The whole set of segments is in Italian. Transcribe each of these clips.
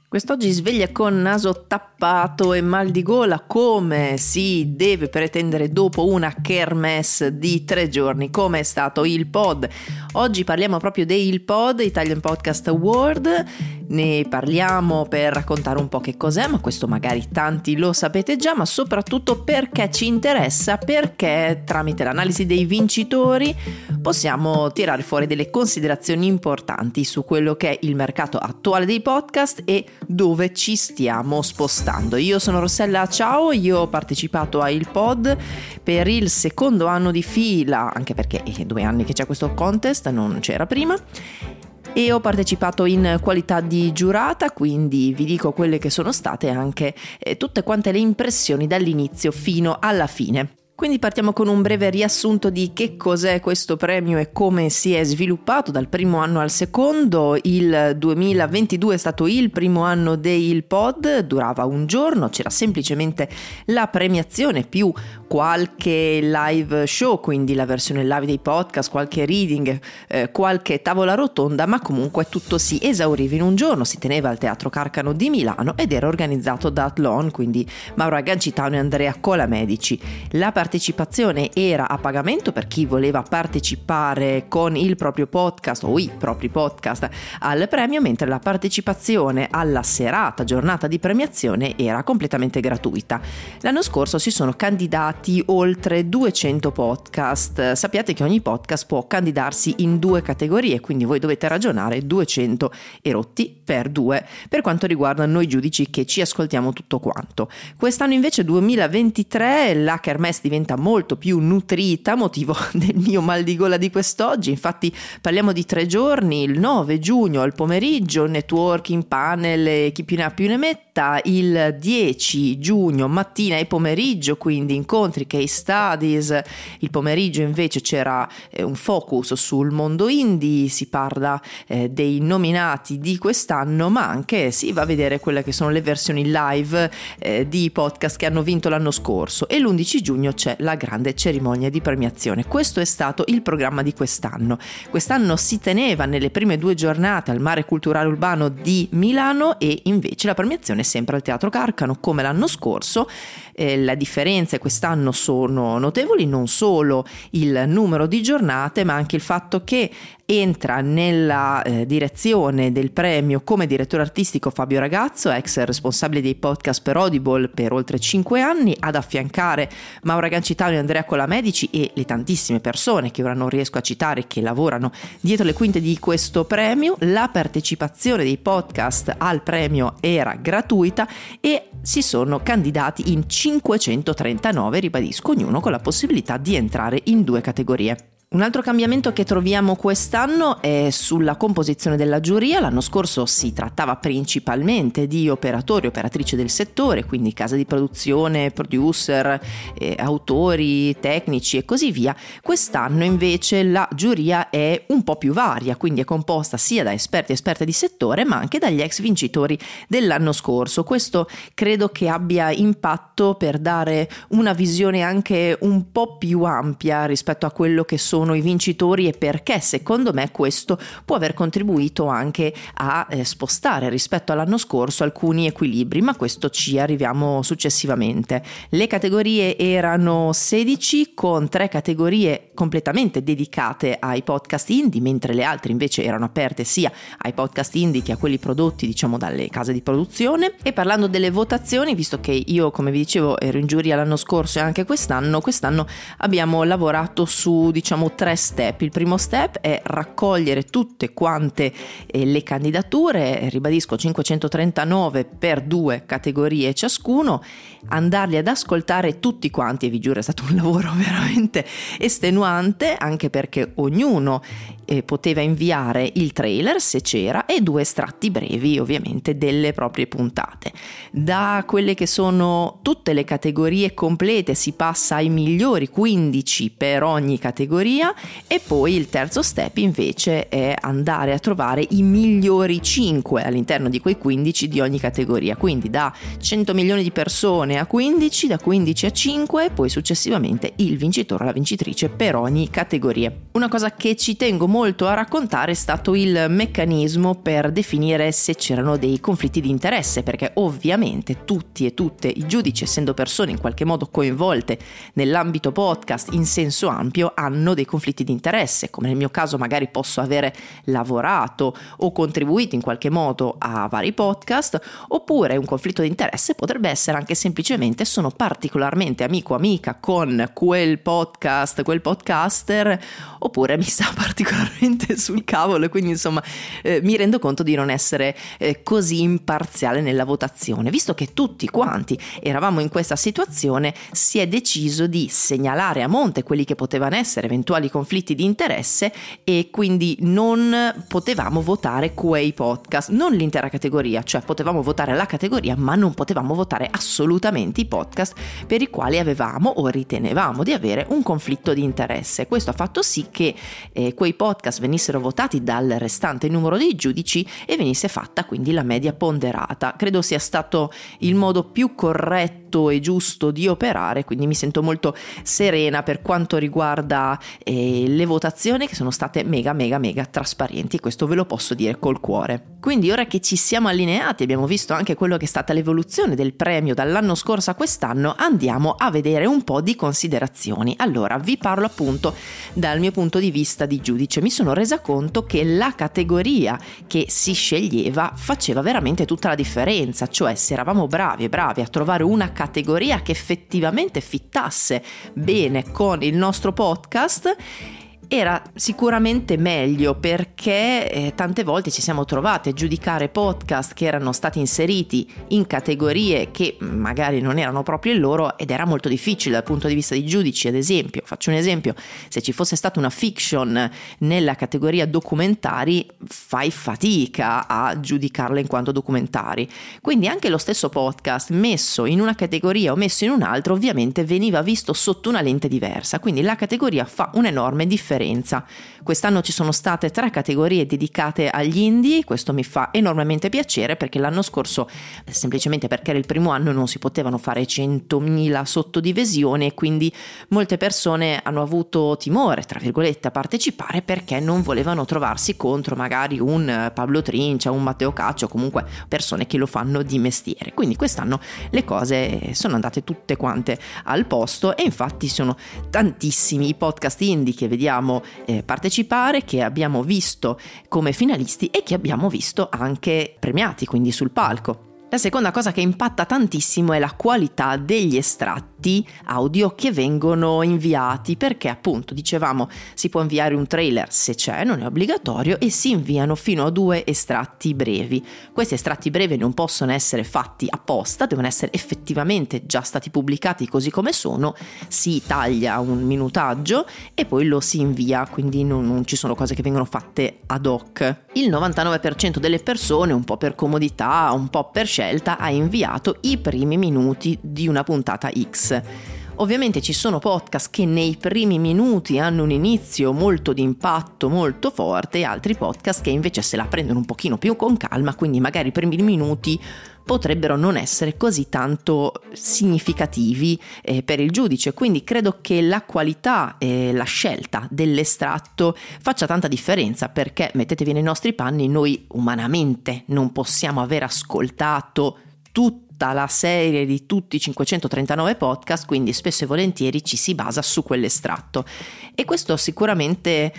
Quest'oggi sveglia con naso tappato e mal di gola come si deve pretendere dopo una kermesse di 3 giorni, come è stato il pod. Oggi parliamo proprio dei pod, Italian Podcast Award, ne parliamo per raccontare un po' che cos'è, ma questo magari tanti lo sapete già, ma soprattutto perché ci interessa, perché tramite l'analisi dei vincitori possiamo tirare fuori delle considerazioni importanti su quello che è il mercato attuale dei podcast e dove ci stiamo spostando. Io sono Rossella, ciao, io ho partecipato a Il Pod per il secondo anno di fila, anche perché è 2 anni che c'è questo contest, non c'era prima, e ho partecipato in qualità di giurata, quindi vi dico quelle che sono state anche tutte quante le impressioni dall'inizio fino alla fine. Quindi partiamo con un breve riassunto di che cos'è questo premio e come si è sviluppato dal primo anno al secondo. Il 2022 è stato il primo anno del pod, durava un giorno, c'era semplicemente la premiazione più qualche live show, quindi la versione live dei podcast, qualche reading, qualche tavola rotonda, ma comunque tutto si esauriva in un giorno. Si teneva al Teatro Carcano di Milano ed era organizzato da Athlon, quindi Mauro Agancitano e Andrea Colamedici. La partecipazione era a pagamento per chi voleva partecipare con il proprio podcast o i propri podcast al premio, mentre la partecipazione alla serata, giornata di premiazione, era completamente gratuita. L'anno scorso si sono candidati oltre 200 podcast. Sappiate che ogni podcast può candidarsi in 2 categorie, quindi voi dovete ragionare 200 erotti per 2 per quanto riguarda noi giudici che ci ascoltiamo tutto quanto. Quest'anno invece 2023 la kermesse diventa molto più nutrita, motivo del mio mal di gola di quest'oggi. Infatti parliamo di 3 giorni, il 9 giugno al pomeriggio networking, panel e chi più ne ha più ne metta, il 10 giugno mattina e pomeriggio, quindi incontri, case studies. Il pomeriggio invece c'era un focus sul mondo indie, si parla dei nominati di quest'anno, ma anche si va a vedere quelle che sono le versioni live di podcast che hanno vinto l'anno scorso, e l'11 giugno c'è la grande cerimonia di premiazione. Questo è stato il programma di quest'anno. Quest'anno si teneva nelle prime 2 giornate al Mare Culturale Urbano di Milano e invece la premiazione è sempre al Teatro Carcano come l'anno scorso. La differenza quest'anno sono notevoli, non solo il numero di giornate, ma anche il fatto che entra nella direzione del premio come direttore artistico Fabio Ragazzo, ex responsabile dei podcast per Audible per oltre 5 anni, ad affiancare Mauro Agancitano e Andrea Colamedici e le tantissime persone che ora non riesco a citare che lavorano dietro le quinte di questo premio. La partecipazione dei podcast al premio era gratuita e si sono candidati in 539, ribadisco, ognuno con la possibilità di entrare in 2 categorie. Un altro cambiamento che troviamo quest'anno è sulla composizione della giuria. L'anno scorso si trattava principalmente di operatori e operatrici del settore, quindi case di produzione, producer, autori, tecnici e così via. Quest'anno invece la giuria è un po' più varia, quindi è composta sia da esperti e esperte di settore, ma anche dagli ex vincitori dell'anno scorso. Questo credo che abbia impatto per dare una visione anche un po' più ampia rispetto a quello che sono i vincitori e perché secondo me questo può aver contribuito anche a spostare rispetto all'anno scorso alcuni equilibri, ma questo ci arriviamo successivamente. Le categorie erano 16, con 3 categorie completamente dedicate ai podcast indie, mentre le altre invece erano aperte sia ai podcast indie che a quelli prodotti diciamo dalle case di produzione. E parlando delle votazioni, visto che io come vi dicevo ero in giuria l'anno scorso e anche quest'anno abbiamo lavorato su 3 step. Il primo step è raccogliere tutte quante le candidature, ribadisco 539 per 2 categorie ciascuno, andarli ad ascoltare tutti quanti, e vi giuro è stato un lavoro veramente estenuante, anche perché ognuno poteva inviare il trailer se c'era e 2 estratti brevi ovviamente delle proprie puntate. Da quelle che sono tutte le categorie complete si passa ai migliori 15 per ogni categoria, e poi il terzo step invece è andare a trovare i migliori 5 all'interno di quei 15 di ogni categoria, quindi da 100 milioni di persone a 15, da 15 a 5 e poi successivamente il vincitore o la vincitrice per ogni categoria. Una cosa che ci tengo molto molto a raccontare è stato il meccanismo per definire se c'erano dei conflitti di interesse, perché ovviamente tutti e tutte i giudici, essendo persone in qualche modo coinvolte nell'ambito podcast in senso ampio, hanno dei conflitti di interesse. Come nel mio caso magari posso avere lavorato o contribuito in qualche modo a vari podcast, oppure un conflitto di interesse potrebbe essere anche semplicemente sono particolarmente amico o amica con quel podcast, quel podcaster, oppure mi sta particolarmente sul cavolo e quindi insomma mi rendo conto di non essere così imparziale nella votazione. Visto che tutti quanti eravamo in questa situazione, si è deciso di segnalare a monte quelli che potevano essere eventuali conflitti di interesse e quindi non potevamo votare quei podcast, non l'intera categoria, cioè potevamo votare la categoria ma non potevamo votare assolutamente i podcast per i quali avevamo o ritenevamo di avere un conflitto di interesse. Questo ha fatto sì che quei podcast venissero votati dal restante numero dei giudici e venisse fatta quindi la media ponderata. Credo sia stato il modo più corretto e giusto di operare, quindi mi sento molto serena per quanto riguarda le votazioni, che sono state mega trasparenti, e questo ve lo posso dire col cuore. Quindi ora che ci siamo allineati, abbiamo visto anche quello che è stata l'evoluzione del premio dall'anno scorso a quest'anno, andiamo a vedere un po' di considerazioni. Allora, vi parlo appunto dal mio punto di vista di giudice. Mi sono resa conto che la categoria che si sceglieva faceva veramente tutta la differenza, cioè se eravamo bravi a trovare una categoria che effettivamente fittasse bene con il nostro podcast, era sicuramente meglio, perché tante volte ci siamo trovati a giudicare podcast che erano stati inseriti in categorie che magari non erano proprio il loro, ed era molto difficile dal punto di vista dei giudici. Ad esempio, faccio un esempio, se ci fosse stata una fiction nella categoria documentari, fai fatica a giudicarla in quanto documentari, quindi anche lo stesso podcast messo in una categoria o messo in un'altra ovviamente veniva visto sotto una lente diversa, quindi la categoria fa un'enorme differenza. Quest'anno ci sono state 3 categorie dedicate agli indie, questo mi fa enormemente piacere, perché l'anno scorso, semplicemente perché era il primo anno, non si potevano fare 100.000 sottodivisioni e quindi molte persone hanno avuto timore, tra virgolette, a partecipare perché non volevano trovarsi contro magari un Pablo Trincia, un Matteo Caccio, comunque persone che lo fanno di mestiere. Quindi quest'anno le cose sono andate tutte quante al posto e infatti sono tantissimi i podcast indie che vediamo partecipare, che abbiamo visto come finalisti e che abbiamo visto anche premiati, quindi sul palco. La seconda cosa che impatta tantissimo è la qualità degli estratti audio che vengono inviati, perché appunto dicevamo si può inviare un trailer se c'è, non è obbligatorio, e si inviano fino a 2 estratti brevi. Questi estratti brevi non possono essere fatti apposta, devono essere effettivamente già stati pubblicati così come sono, si taglia un minutaggio e poi lo si invia, quindi non ci sono cose che vengono fatte ad hoc. Il 99% delle persone, un po' per comodità, un po' per scelta, ha inviato i primi minuti di una puntata X. Ovviamente ci sono podcast che nei primi minuti hanno un inizio molto di impatto, molto forte, e altri podcast che invece se la prendono un pochino più con calma, quindi magari i primi minuti potrebbero non essere così tanto significativi per il giudice. Quindi credo che la qualità e la scelta dell'estratto faccia tanta differenza, perché mettetevi nei nostri panni, noi umanamente non possiamo aver ascoltato tutta la serie di tutti i 539 podcast, quindi spesso e volentieri ci si basa su quell'estratto, e questo sicuramente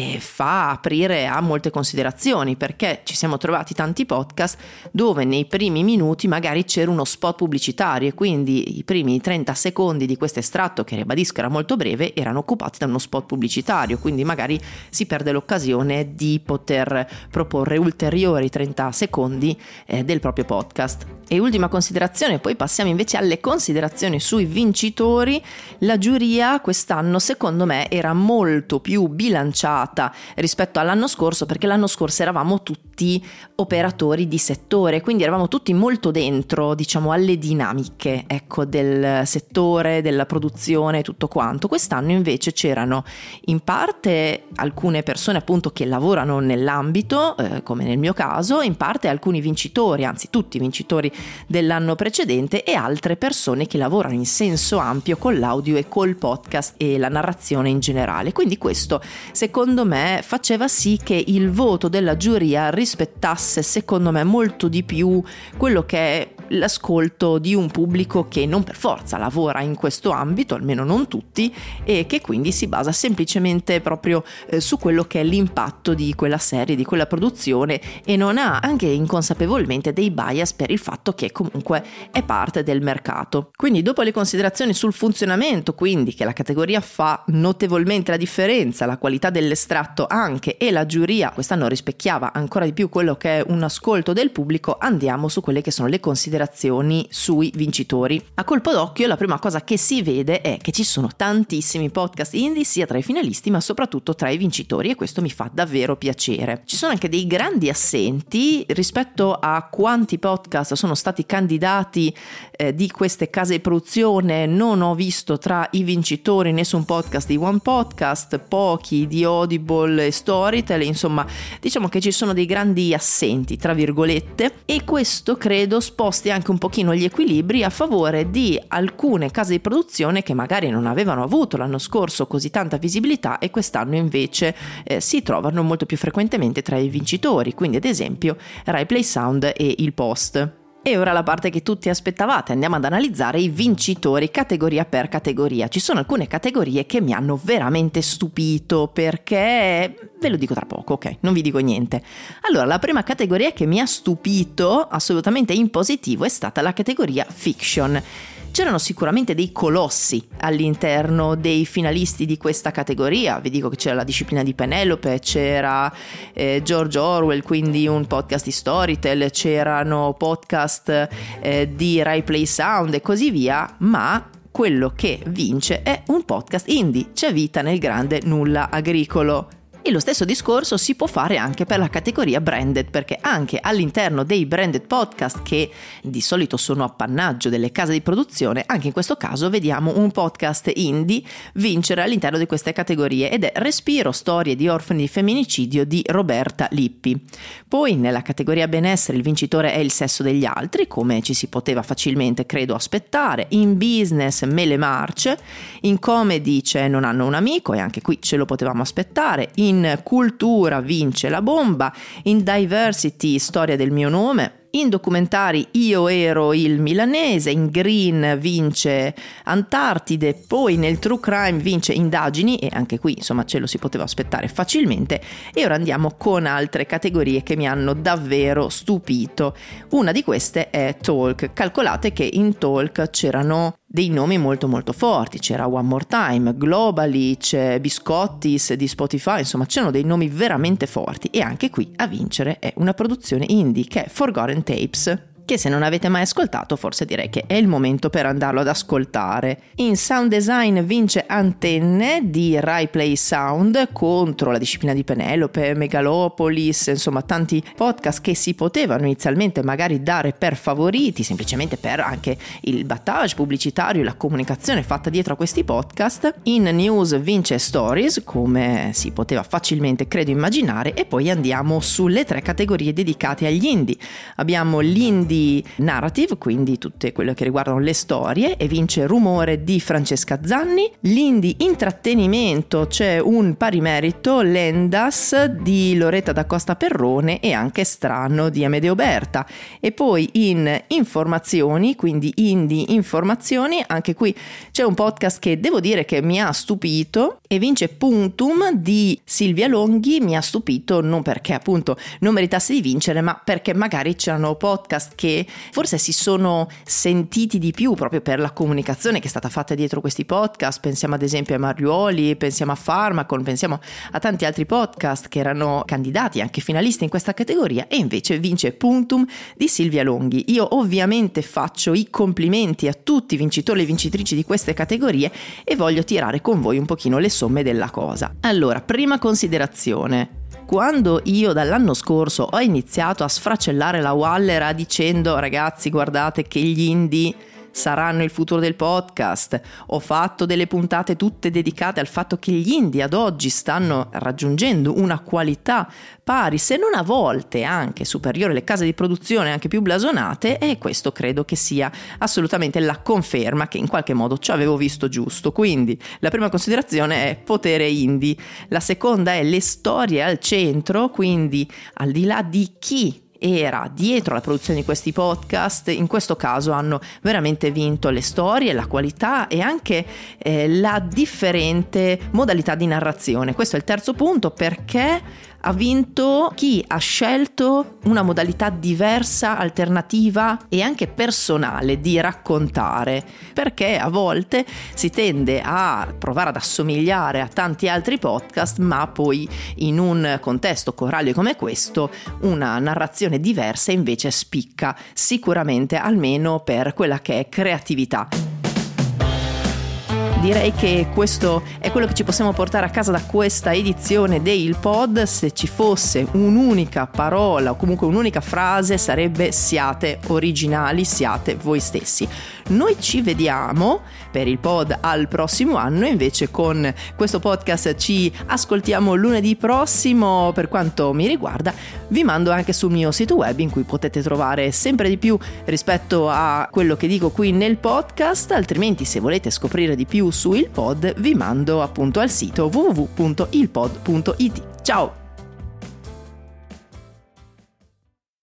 fa aprire a molte considerazioni, perché ci siamo trovati tanti podcast dove nei primi minuti magari c'era uno spot pubblicitario e quindi i primi 30 secondi di questo estratto, che ribadisco era molto breve, erano occupati da uno spot pubblicitario, quindi magari si perde l'occasione di poter proporre ulteriori 30 secondi del proprio podcast. E ultima considerazione, poi passiamo invece alle considerazioni sui vincitori. La giuria quest'anno secondo me era molto più bilanciata rispetto all'anno scorso, perché l'anno scorso eravamo tutti operatori di settore, quindi eravamo tutti molto dentro, diciamo, alle dinamiche, ecco, del settore, della produzione, tutto quanto. Quest'anno invece c'erano in parte alcune persone appunto che lavorano nell'ambito, come nel mio caso, in parte alcuni vincitori, anzi tutti i vincitori dell'anno dell'anno precedente e altre persone che lavorano in senso ampio con l'audio e col podcast e la narrazione in generale. Quindi questo secondo me faceva sì che il voto della giuria rispettasse secondo me molto di più quello che è l'ascolto di un pubblico che non per forza lavora in questo ambito, almeno non tutti, e che quindi si basa semplicemente proprio su quello che è l'impatto di quella serie, di quella produzione, e non ha anche inconsapevolmente dei bias per il fatto che comunque è parte del mercato. Quindi dopo le considerazioni sul funzionamento, quindi che la categoria fa notevolmente la differenza, la qualità dell'estratto anche, e la giuria quest'anno rispecchiava ancora di più quello che è un ascolto del pubblico, andiamo su quelle che sono le considerazioni sui vincitori. A colpo d'occhio la prima cosa che si vede è che ci sono tantissimi podcast indie sia tra i finalisti ma soprattutto tra i vincitori, e questo mi fa davvero piacere. Ci sono anche dei grandi assenti rispetto a quanti podcast sono stati candidati di queste case di produzione. Non ho visto tra i vincitori nessun podcast di One Podcast, pochi di Audible e Storytel, insomma diciamo che ci sono dei grandi assenti tra virgolette, e questo credo sposti anche un pochino gli equilibri a favore di alcune case di produzione che magari non avevano avuto l'anno scorso così tanta visibilità e quest'anno invece si trovano molto più frequentemente tra i vincitori, quindi ad esempio Rai Play Sound e Il Post. E ora la parte che tutti aspettavate, andiamo ad analizzare i vincitori categoria per categoria. Ci sono alcune categorie che mi hanno veramente stupito, perché ve lo dico tra poco, ok? Non vi dico niente. Allora, la prima categoria che mi ha stupito assolutamente in positivo è stata la categoria Fiction. C'erano sicuramente dei colossi all'interno dei finalisti di questa categoria. Vi dico che c'era La disciplina di Penelope, c'era George Orwell, quindi un podcast di Storytel, c'erano podcast di Rai Play Sound e così via, ma quello che vince è un podcast indie. C'è vita nel grande nulla agricolo. E lo stesso discorso si può fare anche per la categoria branded, perché anche all'interno dei branded podcast, che di solito sono appannaggio delle case di produzione, anche in questo caso vediamo un podcast indie vincere all'interno di queste categorie, ed è Respiro, storie di orfani di femminicidio di Roberta Lippi. Poi nella categoria benessere il vincitore è Il sesso degli altri, come ci si poteva facilmente credo aspettare. In business Mele Marce, in comedy c'è Non hanno un amico, e anche qui ce lo potevamo aspettare. In cultura vince La bomba, in diversity Storia del mio nome, in documentari Io ero il milanese, in green vince Antartide, poi nel true crime vince Indagini, e anche qui insomma ce lo si poteva aspettare facilmente. E ora andiamo con altre categorie che mi hanno davvero stupito. Una di queste è Talk. Calcolate che in Talk c'erano dei nomi molto molto forti, c'era One More Time, Globally, c'è Biscottis di Spotify, insomma c'erano dei nomi veramente forti, e anche qui a vincere è una produzione indie che è Forgotten Tapes, che se non avete mai ascoltato forse direi che è il momento per andarlo ad ascoltare. In sound design vince Antenne di Rai Play Sound contro La disciplina di Penelope, Megalopolis, insomma tanti podcast che si potevano inizialmente magari dare per favoriti, semplicemente per anche il battage pubblicitario e la comunicazione fatta dietro a questi podcast. In news vince Stories, come si poteva facilmente credo immaginare, e poi andiamo sulle tre categorie dedicate agli indie. Abbiamo l'indie narrative, quindi tutte quelle che riguardano le storie, e vince Rumore di Francesca Zanni. L'indie intrattenimento c'è un pari merito, Lendas di Loretta da Costa Perrone, e anche Strano di Amedeo Berta. E poi in informazioni, quindi indie informazioni, anche qui c'è un podcast che devo dire che mi ha stupito, e vince Punctum di Silvia Longhi. Mi ha stupito non perché appunto non meritasse di vincere, ma perché magari c'erano podcast che forse si sono sentiti di più proprio per la comunicazione che è stata fatta dietro questi podcast. Pensiamo ad esempio a Mariuoli, pensiamo a Pharmacon, pensiamo a tanti altri podcast che erano candidati, anche finalisti in questa categoria, e invece vince Punctum di Silvia Longhi. Io ovviamente faccio i complimenti a tutti i vincitori e vincitrici di queste categorie e voglio tirare con voi un pochino le somme della cosa. Allora, prima considerazione: quando io dall'anno scorso ho iniziato a sfracellare la Wallera dicendo ragazzi guardate che gli indie saranno il futuro del podcast. Ho fatto delle puntate tutte dedicate al fatto che gli indie ad oggi stanno raggiungendo una qualità pari, se non a volte anche superiore alle case di produzione anche più blasonate, e questo credo che sia assolutamente la conferma che in qualche modo ci avevo visto giusto. Quindi la prima considerazione è potere indie, la seconda è le storie al centro, quindi al di là di chi era dietro la produzione di questi podcast, in questo caso hanno veramente vinto le storie, la qualità e anche la differente modalità di narrazione. Questo è il terzo punto, perché ha vinto chi ha scelto una modalità diversa, alternativa e anche personale di raccontare, perché a volte si tende a provare ad assomigliare a tanti altri podcast, ma poi in un contesto corale come questo una narrazione diversa invece spicca sicuramente, almeno per quella che è creatività. Direi che questo è quello che ci possiamo portare a casa da questa edizione del Pod. Se ci fosse un'unica parola o comunque un'unica frase sarebbe: siate originali, siate voi stessi. Noi ci vediamo per il Pod al prossimo anno, invece con questo podcast ci ascoltiamo lunedì prossimo. Per quanto mi riguarda vi mando anche sul mio sito web, in cui potete trovare sempre di più rispetto a quello che dico qui nel podcast. Altrimenti, se volete scoprire di più su Il Pod, vi mando appunto al sito www.ilpod.it. Ciao!